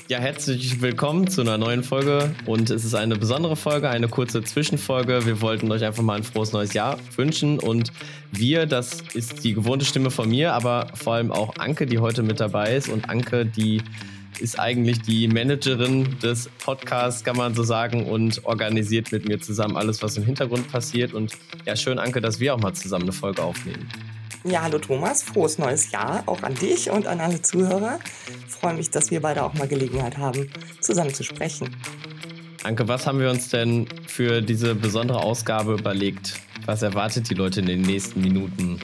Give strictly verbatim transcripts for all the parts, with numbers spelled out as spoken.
Ja, herzlich willkommen zu einer neuen Folge und es ist eine besondere Folge, eine kurze Zwischenfolge. Wir wollten euch einfach mal ein frohes neues Jahr wünschen und wir, das ist die gewohnte Stimme von mir, aber vor allem auch Anke, die heute mit dabei ist, und Anke, die ist eigentlich die Managerin des Podcasts, kann man so sagen, und organisiert mit mir zusammen alles, was im Hintergrund passiert. Und ja, schön, Anke, dass wir auch mal zusammen eine Folge aufnehmen. Ja, hallo Thomas, frohes neues Jahr auch an dich und an alle Zuhörer. Ich freue mich, dass wir beide auch mal Gelegenheit haben, zusammen zu sprechen. Anke, was haben wir uns denn für diese besondere Ausgabe überlegt? Was erwartet die Leute in den nächsten Minuten?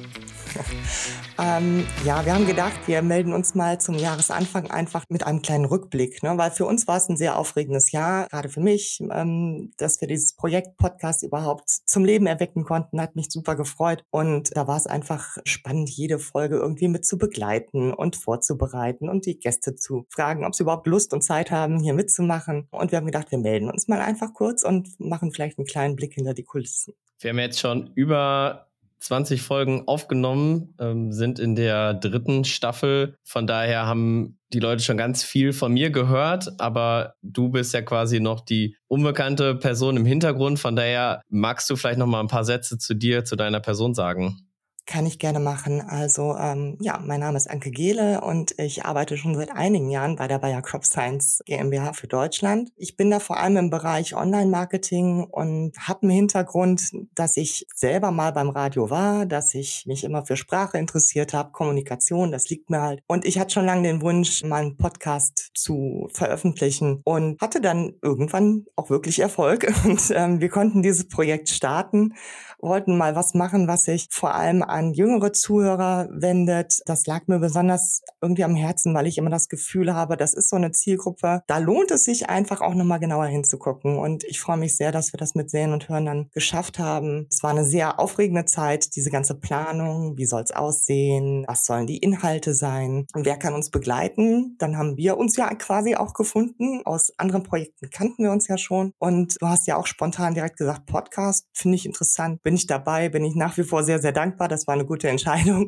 ähm, ja, wir haben gedacht, wir melden uns mal zum Jahresanfang einfach mit einem kleinen Rückblick, ne? Weil für uns war es ein sehr aufregendes Jahr, gerade für mich, ähm, dass wir dieses Projekt Podcast überhaupt zum Leben erwecken konnten, hat mich super gefreut. Und da war es einfach spannend, jede Folge irgendwie mit zu begleiten und vorzubereiten und die Gäste zu fragen, ob sie überhaupt Lust und Zeit haben, hier mitzumachen. Und wir haben gedacht, wir melden uns mal einfach kurz und machen vielleicht einen kleinen Blick hinter die Kulissen. Wir haben jetzt schon über zwanzig Folgen aufgenommen, ähm, sind in der dritten Staffel. Von daher haben die Leute schon ganz viel von mir gehört, aber du bist ja quasi noch die unbekannte Person im Hintergrund. Von daher magst du vielleicht noch mal ein paar Sätze zu dir, zu deiner Person sagen? Kann ich gerne machen. Also, ähm, ja, mein Name ist Anke Gehle und ich arbeite schon seit einigen Jahren bei der Bayer Crop Science GmbH für Deutschland. Ich bin da vor allem im Bereich Online-Marketing und habe einen Hintergrund, dass ich selber mal beim Radio war, dass ich mich immer für Sprache interessiert habe, Kommunikation, das liegt mir halt. Und ich hatte schon lange den Wunsch, mal einen Podcast zu veröffentlichen und hatte dann irgendwann auch wirklich Erfolg. Und ähm, wir konnten dieses Projekt starten, wollten mal was machen, was sich vor allem an jüngere Zuhörer wendet. Das lag mir besonders irgendwie am Herzen, weil ich immer das Gefühl habe, das ist so eine Zielgruppe, da lohnt es sich einfach auch nochmal genauer hinzugucken. Und ich freue mich sehr, dass wir das mit Sehen und Hören dann geschafft haben. Es war eine sehr aufregende Zeit, diese ganze Planung. Wie soll es aussehen? Was sollen die Inhalte sein? Und wer kann uns begleiten? Dann haben wir uns ja quasi auch gefunden. Aus anderen Projekten kannten wir uns ja schon. Und du hast ja auch spontan direkt gesagt, Podcast finde ich interessant. Bin ich dabei? Bin ich nach wie vor sehr, sehr dankbar. Das war eine gute Entscheidung.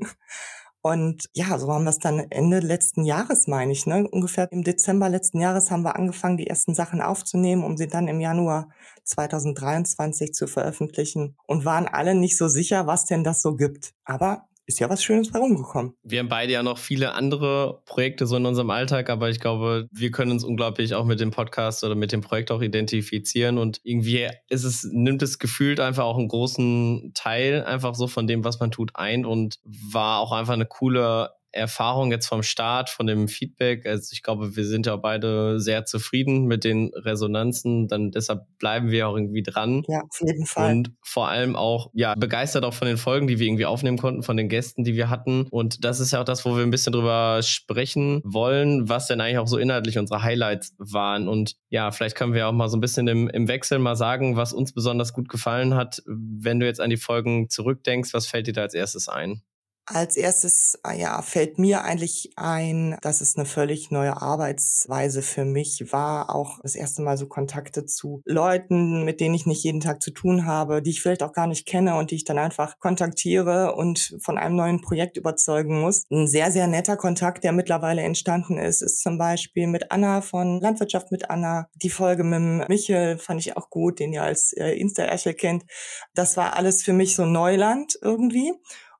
Und ja, so haben wir es dann Ende letzten Jahres, meine ich, ne? Ungefähr im Dezember letzten Jahres haben wir angefangen, die ersten Sachen aufzunehmen, um sie dann im Januar zwanzig dreiundzwanzig zu veröffentlichen und waren alle nicht so sicher, was denn das so gibt. Aber ist ja was Schönes bei rumgekommen. Wir haben beide ja noch viele andere Projekte so in unserem Alltag, aber ich glaube, wir können uns unglaublich auch mit dem Podcast oder mit dem Projekt auch identifizieren und irgendwie ist es, nimmt es gefühlt einfach auch einen großen Teil einfach so von dem, was man tut, ein und war auch einfach eine coole Erfahrung jetzt vom Start, von dem Feedback. Also ich glaube, wir sind ja beide sehr zufrieden mit den Resonanzen, dann deshalb bleiben wir auch irgendwie dran. Ja, auf jeden Fall. Und vor allem auch, ja, begeistert auch von den Folgen, die wir irgendwie aufnehmen konnten, von den Gästen, die wir hatten. Und das ist ja auch das, wo wir ein bisschen drüber sprechen wollen, was denn eigentlich auch so inhaltlich unsere Highlights waren. Und ja, vielleicht können wir auch mal so ein bisschen im, im Wechsel mal sagen, was uns besonders gut gefallen hat. Wenn du jetzt an die Folgen zurückdenkst, was fällt dir da als erstes ein? Als erstes, ah ja, fällt mir eigentlich ein, dass es eine völlig neue Arbeitsweise für mich war, auch das erste Mal so Kontakte zu Leuten, mit denen ich nicht jeden Tag zu tun habe, die ich vielleicht auch gar nicht kenne und die ich dann einfach kontaktiere und von einem neuen Projekt überzeugen muss. Ein sehr, sehr netter Kontakt, der mittlerweile entstanden ist, ist zum Beispiel mit Anna von Landwirtschaft mit Anna. Die Folge mit dem Michel fand ich auch gut, den ihr als äh, Insta-Erchel kennt. Das war alles für mich so Neuland irgendwie.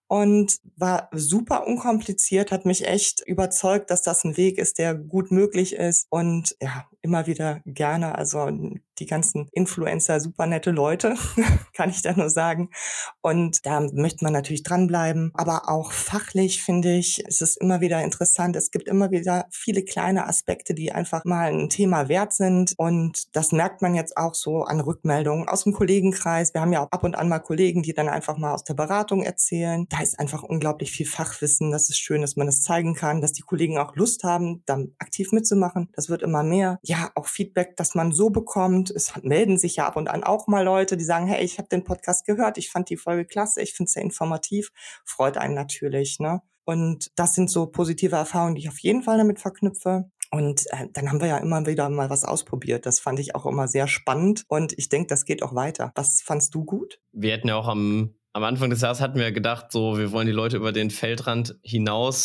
Und war super unkompliziert, hat mich echt überzeugt, dass das ein Weg ist, der gut möglich ist und ja, immer wieder gerne. Also die ganzen Influencer, super nette Leute, kann ich da nur sagen. Und da möchte man natürlich dranbleiben. Aber auch fachlich, finde ich, ist es immer wieder interessant. Es gibt immer wieder viele kleine Aspekte, die einfach mal ein Thema wert sind. Und das merkt man jetzt auch so an Rückmeldungen aus dem Kollegenkreis. Wir haben ja auch ab und an mal Kollegen, die dann einfach mal aus der Beratung erzählen. Da ist einfach unglaublich viel Fachwissen. Das ist schön, dass man das zeigen kann, dass die Kollegen auch Lust haben, dann aktiv mitzumachen. Das wird immer mehr. Ja, auch Feedback, das man so bekommt. Es melden sich ja ab und an auch mal Leute, die sagen, hey, ich habe den Podcast gehört, ich fand die Folge klasse, ich finde es sehr informativ. Freut einen natürlich, ne? Und das sind so positive Erfahrungen, die ich auf jeden Fall damit verknüpfe. Und äh, dann haben wir ja immer wieder mal was ausprobiert. Das fand ich auch immer sehr spannend und ich denke, das geht auch weiter. Was fandst du gut? Wir hätten ja auch am, am Anfang des Jahres hatten wir gedacht, so, wir wollen die Leute über den Feldrand hinaus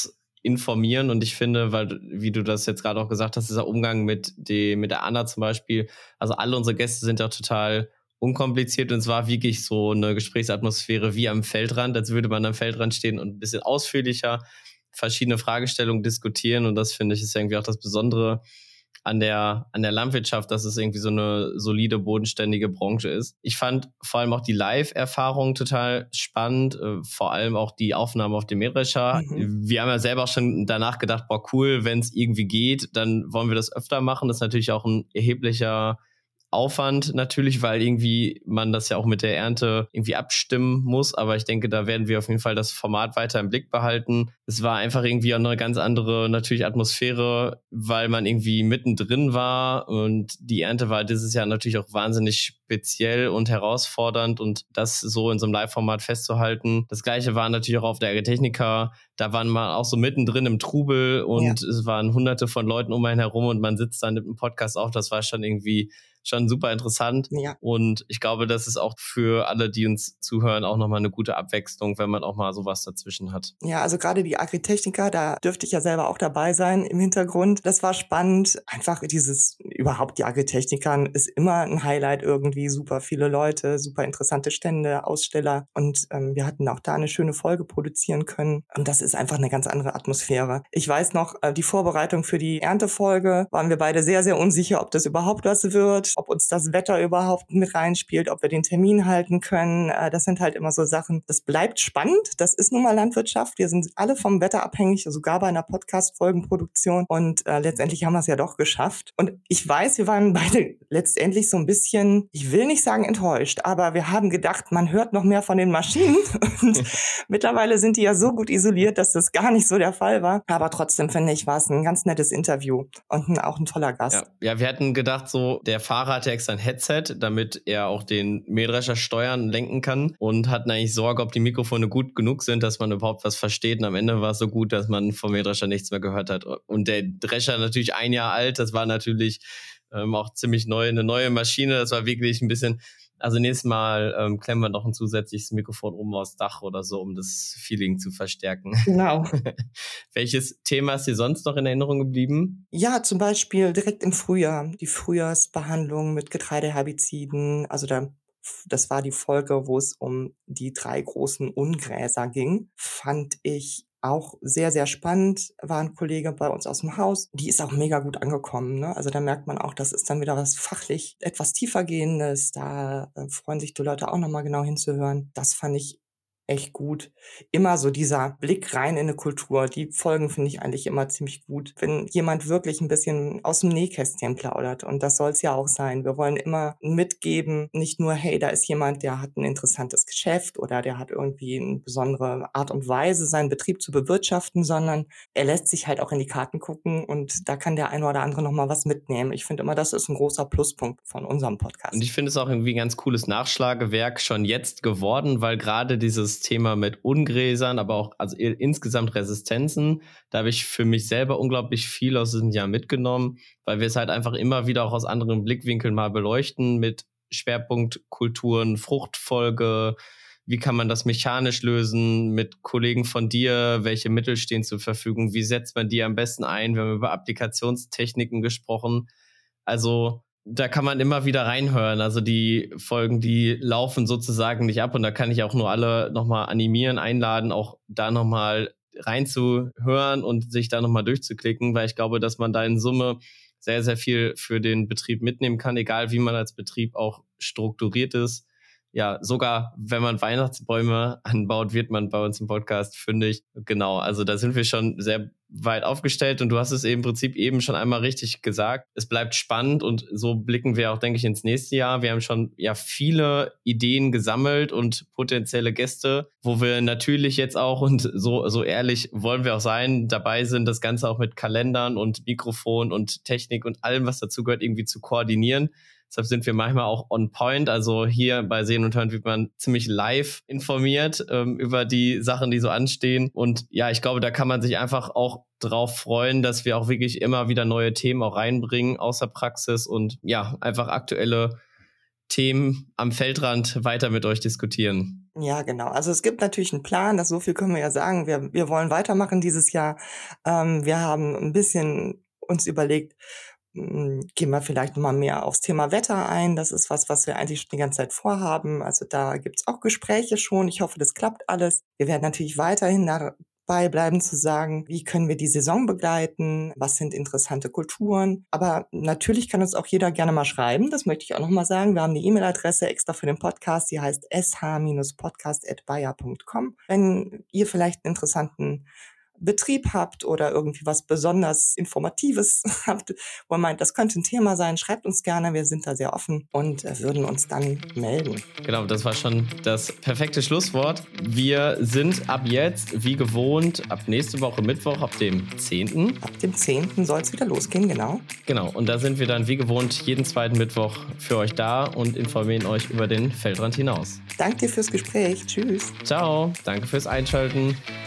informieren. Und ich finde, weil, wie du das jetzt gerade auch gesagt hast, dieser Umgang mit, die, mit der Anna zum Beispiel, also alle unsere Gäste sind ja total unkompliziert und es war wirklich so eine Gesprächsatmosphäre wie am Feldrand, als würde man am Feldrand stehen und ein bisschen ausführlicher verschiedene Fragestellungen diskutieren. Und das finde ich ist irgendwie auch das Besondere an der, an der Landwirtschaft, dass es irgendwie so eine solide, bodenständige Branche ist. Ich fand vor allem auch die Live-Erfahrung total spannend, äh, vor allem auch die Aufnahme auf dem Mähdrescher. Mhm. Wir haben ja selber auch schon danach gedacht, boah cool, wenn es irgendwie geht, dann wollen wir das öfter machen. Das ist natürlich auch ein erheblicher Aufwand natürlich, weil irgendwie man das ja auch mit der Ernte irgendwie abstimmen muss. Aber ich denke, da werden wir auf jeden Fall das Format weiter im Blick behalten. Es war einfach irgendwie auch eine ganz andere natürlich Atmosphäre, weil man irgendwie mittendrin war und die Ernte war dieses Jahr natürlich auch wahnsinnig speziell und herausfordernd und das so in so einem Live-Format festzuhalten. Das Gleiche war natürlich auch auf der Agritechnica. Da waren wir auch so mittendrin im Trubel und ja. Es waren hunderte von Leuten um einen herum und man sitzt dann mit einem Podcast auf. Das war schon irgendwie schon super interessant. Ja. Und ich glaube, das ist auch für alle, die uns zuhören, auch nochmal eine gute Abwechslung, wenn man auch mal sowas dazwischen hat. Ja, also gerade die Agritechnica, da dürfte ich ja selber auch dabei sein im Hintergrund. Das war spannend. Einfach dieses, überhaupt die Agritechnica ist immer ein Highlight irgendwie. Super viele Leute, super interessante Stände, Aussteller. Und ähm, wir hatten auch da eine schöne Folge produzieren können. Und das ist einfach eine ganz andere Atmosphäre. Ich weiß noch, äh, die Vorbereitung für die Erntefolge waren wir beide sehr, sehr unsicher, ob das überhaupt was wird, ob uns das Wetter überhaupt mit reinspielt, ob wir den Termin halten können. Das sind halt immer so Sachen. Das bleibt spannend. Das ist nun mal Landwirtschaft. Wir sind alle vom Wetter abhängig, sogar bei einer Podcast-Folgenproduktion. Und äh, letztendlich haben wir es ja doch geschafft. Und ich weiß, wir waren beide letztendlich so ein bisschen, ich will nicht sagen enttäuscht, aber wir haben gedacht, man hört noch mehr von den Maschinen. Und mittlerweile sind die ja so gut isoliert, dass das gar nicht so der Fall war. Aber trotzdem, finde ich, war es ein ganz nettes Interview und ein, auch ein toller Gast. Ja, ja, wir hatten gedacht, so der Fahrer hatte extra ein Headset, damit er auch den Mähdrescher steuern und lenken kann und hatten eigentlich Sorge, ob die Mikrofone gut genug sind, dass man überhaupt was versteht. Und am Ende war es so gut, dass man vom Mähdrescher nichts mehr gehört hat. Und der Drescher natürlich ein Jahr alt, das war natürlich ähm, auch ziemlich neu, eine neue Maschine. Das war wirklich ein bisschen, also nächstes Mal ähm, klemmen wir noch ein zusätzliches Mikrofon oben aufs Dach oder so, um das Feeling zu verstärken. Genau. Welches Thema ist dir sonst noch in Erinnerung geblieben? Ja, zum Beispiel direkt im Frühjahr, die Frühjahrsbehandlung mit Getreideherbiziden. Also da, das war die Folge, wo es um die drei großen Ungräser ging. Fand ich auch sehr, sehr spannend. War ein Kollege bei uns aus dem Haus. Die ist auch mega gut angekommen, ne? Also da merkt man auch, das ist dann wieder was fachlich etwas tiefergehendes. Da äh, freuen sich die Leute auch nochmal genau hinzuhören. Das fand ich echt gut. Immer so dieser Blick rein in eine Kultur. Die Folgen finde ich eigentlich immer ziemlich gut. Wenn jemand wirklich ein bisschen aus dem Nähkästchen plaudert. Und das soll es ja auch sein. Wir wollen immer mitgeben, nicht nur, hey, da ist jemand, der hat ein interessantes Geschäft oder der hat irgendwie eine besondere Art und Weise, seinen Betrieb zu bewirtschaften, sondern er lässt sich halt auch in die Karten gucken und da kann der eine oder andere nochmal was mitnehmen. Ich finde immer, das ist ein großer Pluspunkt von unserem Podcast. Und ich finde es auch irgendwie ein ganz cooles Nachschlagewerk schon jetzt geworden, weil gerade dieses Thema mit Ungräsern, aber auch also insgesamt Resistenzen, da habe ich für mich selber unglaublich viel aus diesem Jahr mitgenommen, weil wir es halt einfach immer wieder auch aus anderen Blickwinkeln mal beleuchten mit Schwerpunktkulturen, Fruchtfolge, wie kann man das mechanisch lösen mit Kollegen von dir, welche Mittel stehen zur Verfügung, wie setzt man die am besten ein, wir haben über Applikationstechniken gesprochen, also da kann man immer wieder reinhören. Also die Folgen, die laufen sozusagen nicht ab und da kann ich auch nur alle nochmal animieren, einladen, auch da nochmal reinzuhören und sich da nochmal durchzuklicken, weil ich glaube, dass man da in Summe sehr, sehr viel für den Betrieb mitnehmen kann, egal wie man als Betrieb auch strukturiert ist. Ja, sogar wenn man Weihnachtsbäume anbaut, wird man bei uns im Podcast fündig. Genau, also da sind wir schon sehr weit aufgestellt und du hast es im Prinzip eben schon einmal richtig gesagt. Es bleibt spannend und so blicken wir auch, denke ich, ins nächste Jahr. Wir haben schon ja viele Ideen gesammelt und potenzielle Gäste, wo wir natürlich jetzt auch, und so, so ehrlich wollen wir auch sein, dabei sind, das Ganze auch mit Kalendern und Mikrofon und Technik und allem, was dazugehört, irgendwie zu koordinieren. Deshalb sind wir manchmal auch on point. Also hier bei Sehen und Hören wird man ziemlich live informiert ähm, über die Sachen, die so anstehen. Und ja, ich glaube, da kann man sich einfach auch drauf freuen, dass wir auch wirklich immer wieder neue Themen auch reinbringen aus der Praxis und ja, einfach aktuelle Themen am Feldrand weiter mit euch diskutieren. Ja, genau. Also es gibt natürlich einen Plan, das so viel können wir ja sagen. Wir wir wollen weitermachen dieses Jahr. Ähm, wir haben ein bisschen uns überlegt, hm, gehen wir vielleicht noch mal mehr aufs Thema Wetter ein. Das ist was, was wir eigentlich schon die ganze Zeit vorhaben. Also, da gibt's auch Gespräche schon. Ich hoffe, das klappt alles. Wir werden natürlich weiterhin dabei bleiben zu sagen: „Wie können wir die Saison begleiten? Was sind interessante Kulturen?“ Aber natürlich kann uns auch jeder gerne mal schreiben. Das möchte ich auch noch mal sagen. Wir haben 'ne E-Mail-Adresse extra für den Podcast, die heißt s h podcast at bayer punkt com. Wenn ihr vielleicht 'n interessanten Betrieb habt oder irgendwie was besonders Informatives habt, wo ihr meint, das könnte ein Thema sein, schreibt uns gerne. Wir sind da sehr offen und, äh, würden uns dann melden. Genau, das war schon das perfekte Schlusswort. Wir sind ab jetzt, wie gewohnt, ab nächste Woche Mittwoch, ab dem zehnten. Ab dem zehnten soll es wieder losgehen, genau. Genau, und da sind wir dann wie gewohnt jeden zweiten Mittwoch für euch da und informieren euch über den Feldrand hinaus. Danke dir fürs Gespräch. Tschüss. Ciao, danke fürs Einschalten.